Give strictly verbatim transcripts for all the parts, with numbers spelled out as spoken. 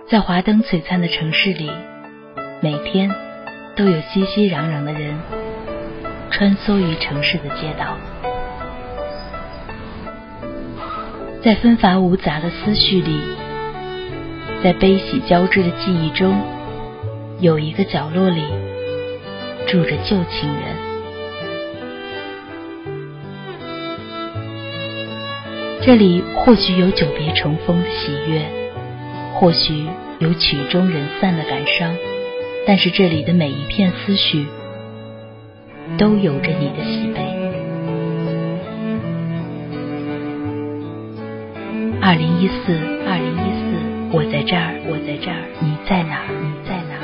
在华灯璀璨的城市里，每天都有熙熙攘攘的人穿梭于城市的街道。在纷繁芜杂的思绪里，在悲喜交织的记忆中，有一个角落里住着旧情人。这里或许有久别重逢的喜悦，或许有曲终人散的感伤，但是这里的每一片思绪都有着你的喜悲。二零一四，二零一四，我在这儿，我在这儿，你在哪儿？你在哪儿？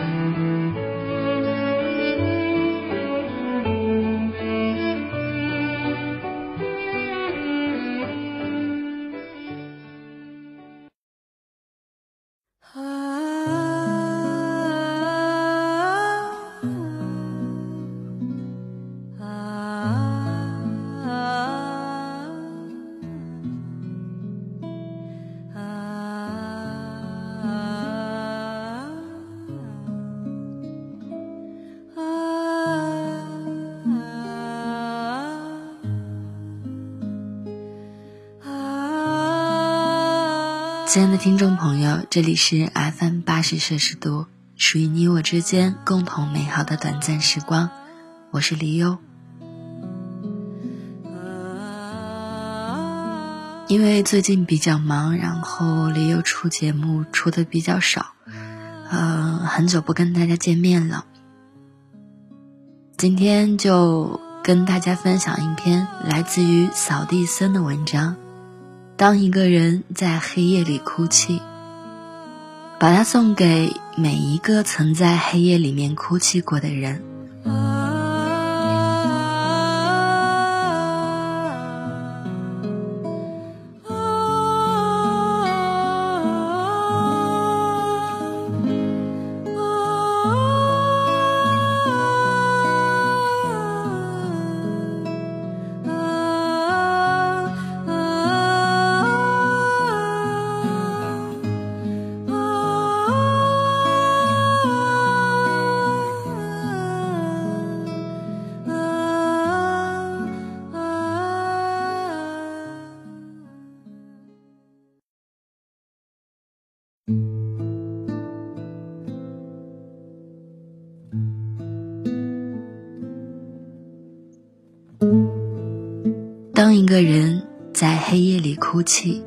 亲爱的听众朋友，这里是 F M 八十摄氏度，属于你我之间共同美好的短暂时光，我是黎优。因为最近比较忙，然后黎优出节目出的比较少，呃，很久不跟大家见面了。今天就跟大家分享一篇来自于扫地僧的文章，当一个人在黑夜里哭泣，把它送给每一个曾在黑夜里面哭泣过的人。当一个人在黑夜里哭泣。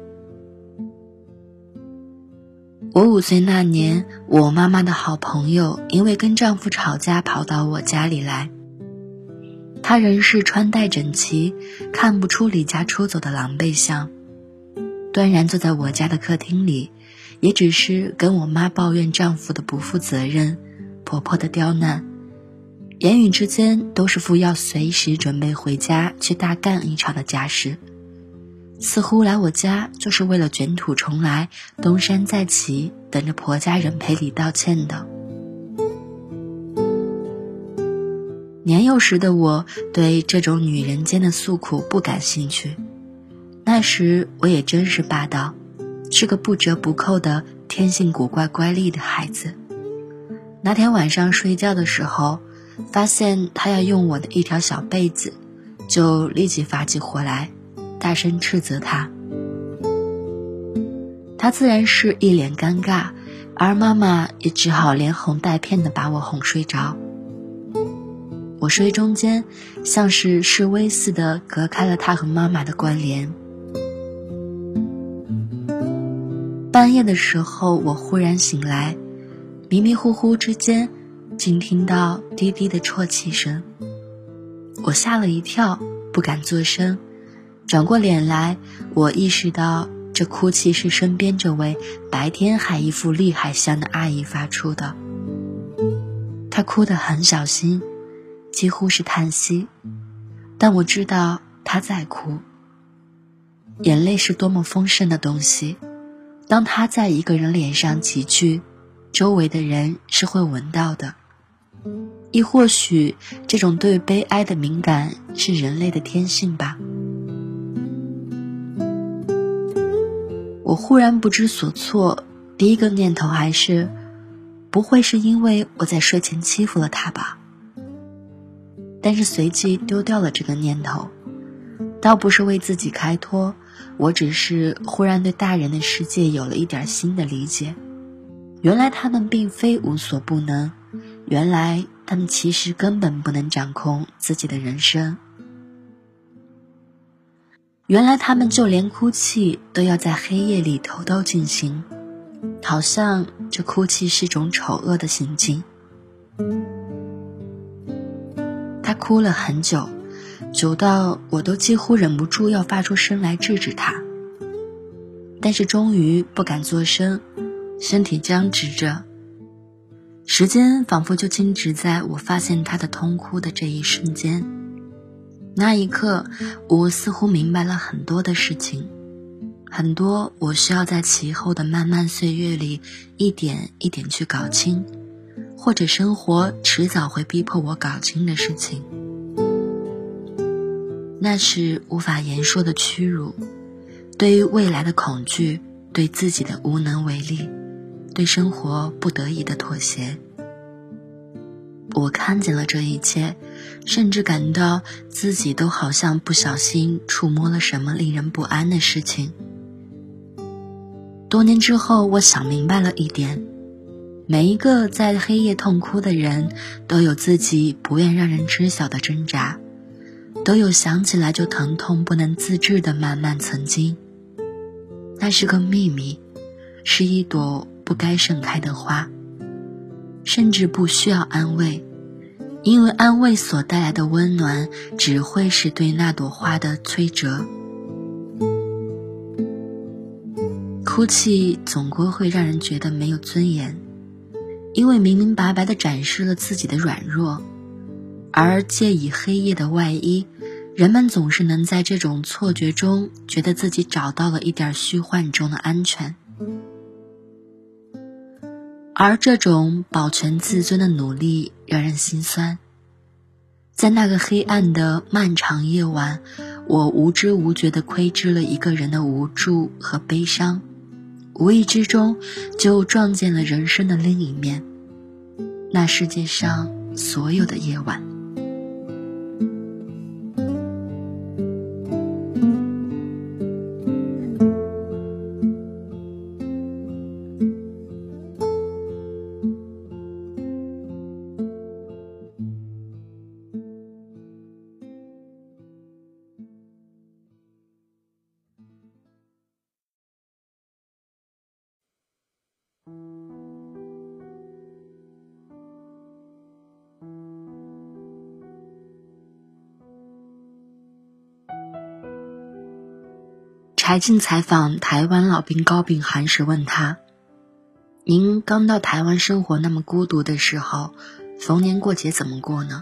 我五岁那年，我妈妈的好朋友因为跟丈夫吵架跑到我家里来。她仍是穿戴整齐，看不出离家出走的狼狈相，端然坐在我家的客厅里，也只是跟我妈抱怨丈夫的不负责任，婆婆的刁难，言语之间都是副要随时准备回家去大干一场的架势，似乎来我家就是为了卷土重来，东山再起，等着婆家人赔礼道歉的。年幼时的我对这种女人间的诉苦不感兴趣，那时我也真是霸道，是个不折不扣的天性古怪乖戾的孩子。那天晚上睡觉的时候，发现他要用我的一条小被子，就立即发起火来，大声斥责他。他自然是一脸尴尬，而妈妈也只好连哄带骗地把我哄睡着。我睡中间像是示威似的隔开了他和妈妈的关联。半夜的时候，我忽然醒来，迷迷糊糊之间竟听到低低的啜泣声，我吓了一跳，不敢作声。转过脸来，我意识到这哭泣是身边这位白天还一副厉害相的阿姨发出的。她哭得很小心，几乎是叹息，但我知道她在哭。眼泪是多么丰盛的东西，当它在一个人脸上集聚，周围的人是会闻到的。亦或许这种对悲哀的敏感是人类的天性吧。我忽然不知所措， 第一个念头还是，不会是因为我在睡前欺负了他吧？但是随即丢掉了这个念头，倒不是为自己开脱，我只是忽然对大人的世界有了一点新的理解。原来他们并非无所不能，原来他们其实根本不能掌控自己的人生。原来他们就连哭泣都要在黑夜里偷偷进行，好像这哭泣是种丑恶的行径。他哭了很久，久到我都几乎忍不住要发出声来制止他，但是终于不敢作声，身体僵直着。时间仿佛就静止在我发现他的痛哭的这一瞬间。那一刻，我似乎明白了很多的事情，很多我需要在其后的漫漫岁月里一点一点去搞清，或者生活迟早会逼迫我搞清的事情。那是无法言说的屈辱，对于未来的恐惧，对自己的无能为力，对生活不得已的妥协。我看见了这一切，甚至感到自己都好像不小心触摸了什么令人不安的事情。多年之后，我想明白了一点，每一个在黑夜痛哭的人，都有自己不愿让人知晓的挣扎，都有想起来就疼痛不能自制的漫漫曾经。那是个秘密，是一朵不该盛开的花，甚至不需要安慰，因为安慰所带来的温暖只会是对那朵花的摧折。哭泣总归会让人觉得没有尊严，因为明明白白地展示了自己的软弱，而借以黑夜的外衣，人们总是能在这种错觉中觉得自己找到了一点虚幻中的安全。而这种保全自尊的努力让人心酸。在那个黑暗的漫长夜晚，我无知无觉地窥知了一个人的无助和悲伤，无意之中就撞见了人生的另一面，那世界上所有的夜晚。柴静采访台湾老兵高秉涵时问他，您刚到台湾生活那么孤独的时候，逢年过节怎么过呢？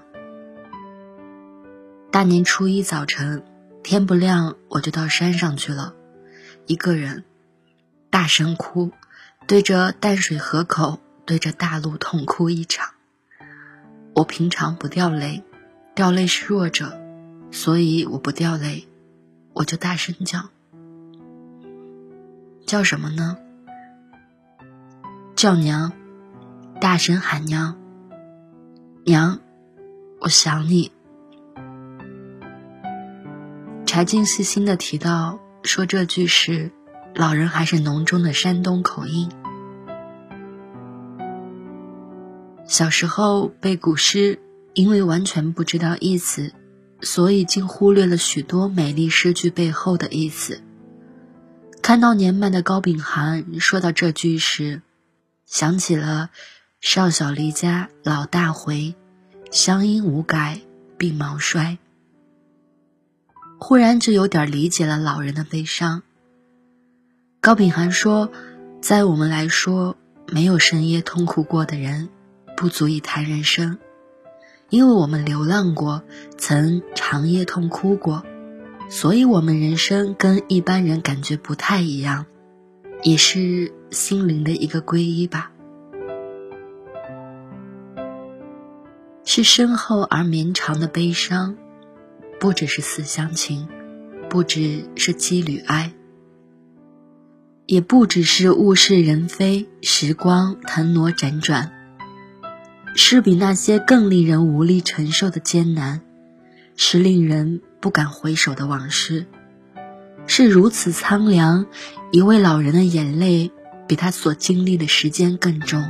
大年初一早晨，天不亮我就到山上去了，一个人大声哭，对着淡水河口，对着大陆痛哭一场。我平常不掉泪，掉泪是弱者，所以我不掉泪，我就大声叫。叫什么呢？叫娘，大声喊娘，娘，我想你。柴静细心地提到，说这句时，老人还是浓重的山东口音。小时候背古诗，因为完全不知道意思，所以竟忽略了许多美丽诗句背后的意思。看到年迈的高秉涵说到这句时，想起了少小离家老大回，乡音无改鬓毛衰。忽然就有点理解了老人的悲伤。高秉涵说，在我们来说，没有深夜痛哭过的人不足以谈人生，因为我们流浪过，曾长夜痛哭过，所以我们人生跟一般人感觉不太一样，也是心灵的一个皈依吧。是深厚而绵长的悲伤，不只是思乡情，不只是羁旅哀。 也不只是物是人非，时光腾挪辗转，是比那些更令人无力承受的艰难，是令人不敢回首的往事，是如此苍凉，一位老人的眼泪比他所经历的时间更重。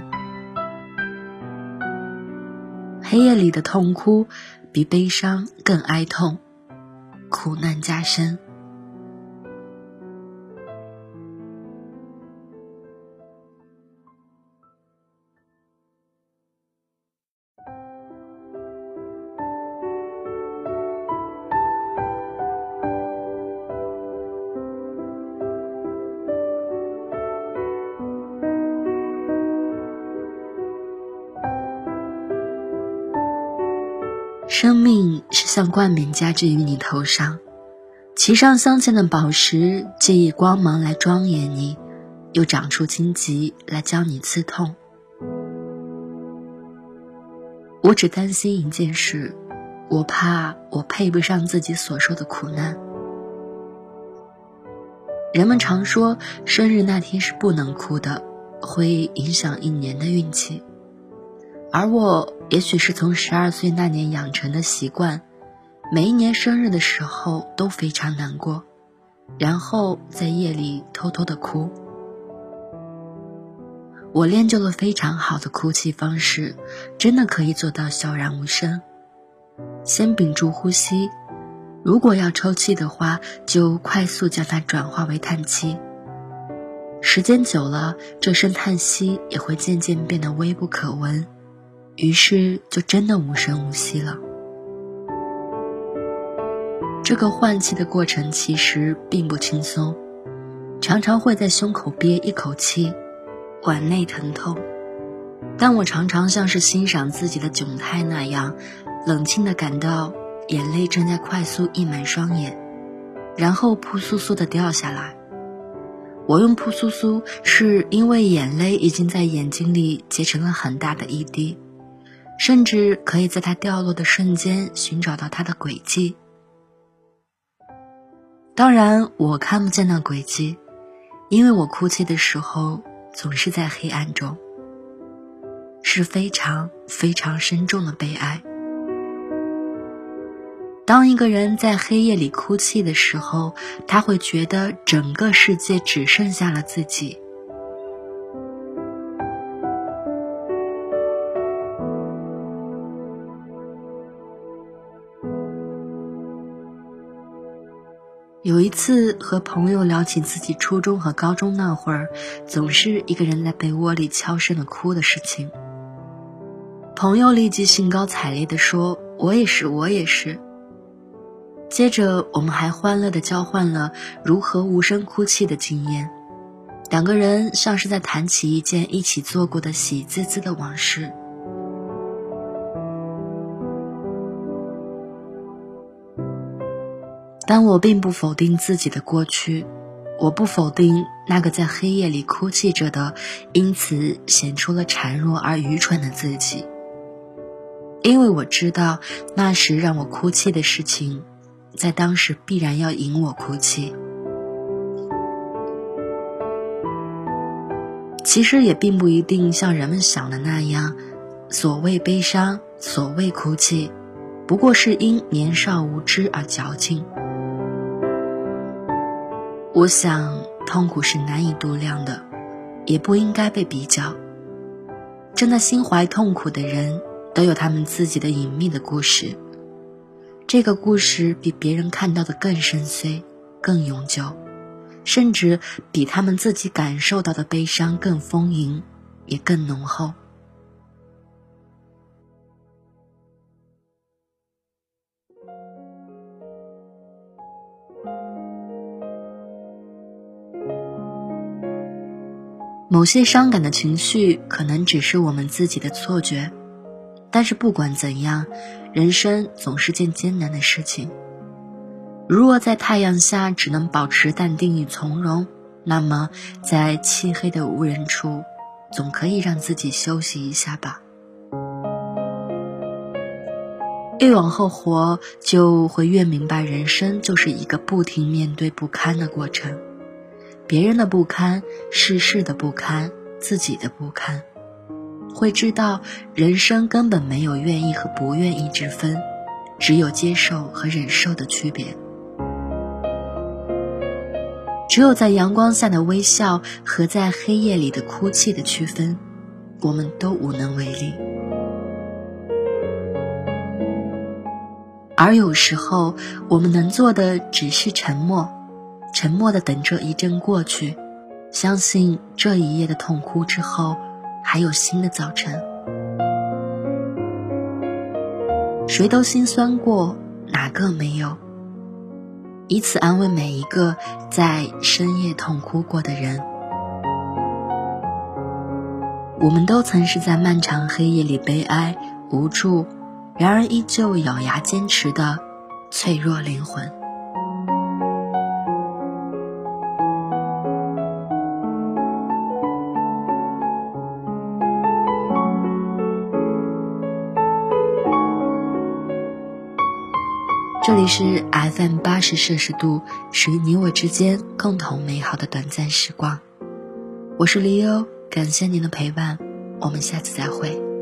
黑夜里的痛哭比悲伤更哀痛，苦难加深。生命是像冠冕加之于你头上，其上镶嵌的宝石借以光芒来庄严你，又长出荆棘来将你刺痛。我只担心一件事，我怕我配不上自己所受的苦难。人们常说生日那天是不能哭的，会影响一年的运气。而我也许是从十二岁那年养成的习惯，每一年生日的时候都非常难过，然后在夜里偷偷的哭。我练就了非常好的哭泣方式，真的可以做到悄然无声。先屏住呼吸，如果要抽泣的话，就快速将它转化为叹气。时间久了，这声叹息也会渐渐变得微不可闻，于是就真的无声无息了。这个换气的过程其实并不轻松，常常会在胸口憋一口气，碗内疼痛。但我常常像是欣赏自己的窘态那样，冷静地感到眼泪正在快速溢满双眼，然后扑簌簌地掉下来。我用扑簌簌是因为眼泪已经在眼睛里结成了很大的一滴，甚至可以在它掉落的瞬间寻找到它的轨迹。当然我看不见那轨迹，因为我哭泣的时候总是在黑暗中，是非常非常深重的悲哀。当一个人在黑夜里哭泣的时候，他会觉得整个世界只剩下了自己。有一次和朋友聊起自己初中和高中那会儿，总是一个人在被窝里悄声的哭的事情。朋友立即兴高采烈地说，我也是我也是。接着我们还欢乐地交换了如何无声哭泣的经验，两个人像是在谈起一件一起做过的喜滋滋的往事。但我并不否定自己的过去，我不否定那个在黑夜里哭泣着的，因此显出了孱弱而愚蠢的自己。因为我知道那时让我哭泣的事情，在当时必然要引我哭泣。其实也并不一定像人们想的那样，所谓悲伤，所谓哭泣，不过是因年少无知而矫情。我想痛苦是难以度量的，也不应该被比较。正在心怀痛苦的人都有他们自己的隐秘的故事，这个故事比别人看到的更深邃，更永久，甚至比他们自己感受到的悲伤更丰盈，也更浓厚。某些伤感的情绪可能只是我们自己的错觉，但是不管怎样，人生总是件艰难的事情。如若在太阳下只能保持淡定与从容，那么在漆黑的无人处，总可以让自己休息一下吧。越往后活，就会越明白人生就是一个不停面对不堪的过程。 别人的不堪，世事的不堪，自己的不堪，会知道人生根本没有愿意和不愿意之分，只有接受和忍受的区别。只有在阳光下的微笑和在黑夜里的哭泣的区分，我们都无能为力。而有时候我们能做的只是沉默，沉默地等着一阵过去，相信这一夜的痛哭之后还有新的早晨。谁都心酸过，哪个没有？以此安慰每一个在深夜痛哭过的人。我们都曾是在漫长黑夜里悲哀无助，然而依旧咬牙坚持的脆弱灵魂。这里是 F M 八十摄氏度，属于你我之间共同美好的短暂时光。我是 Leo， 感谢您的陪伴，我们下次再会。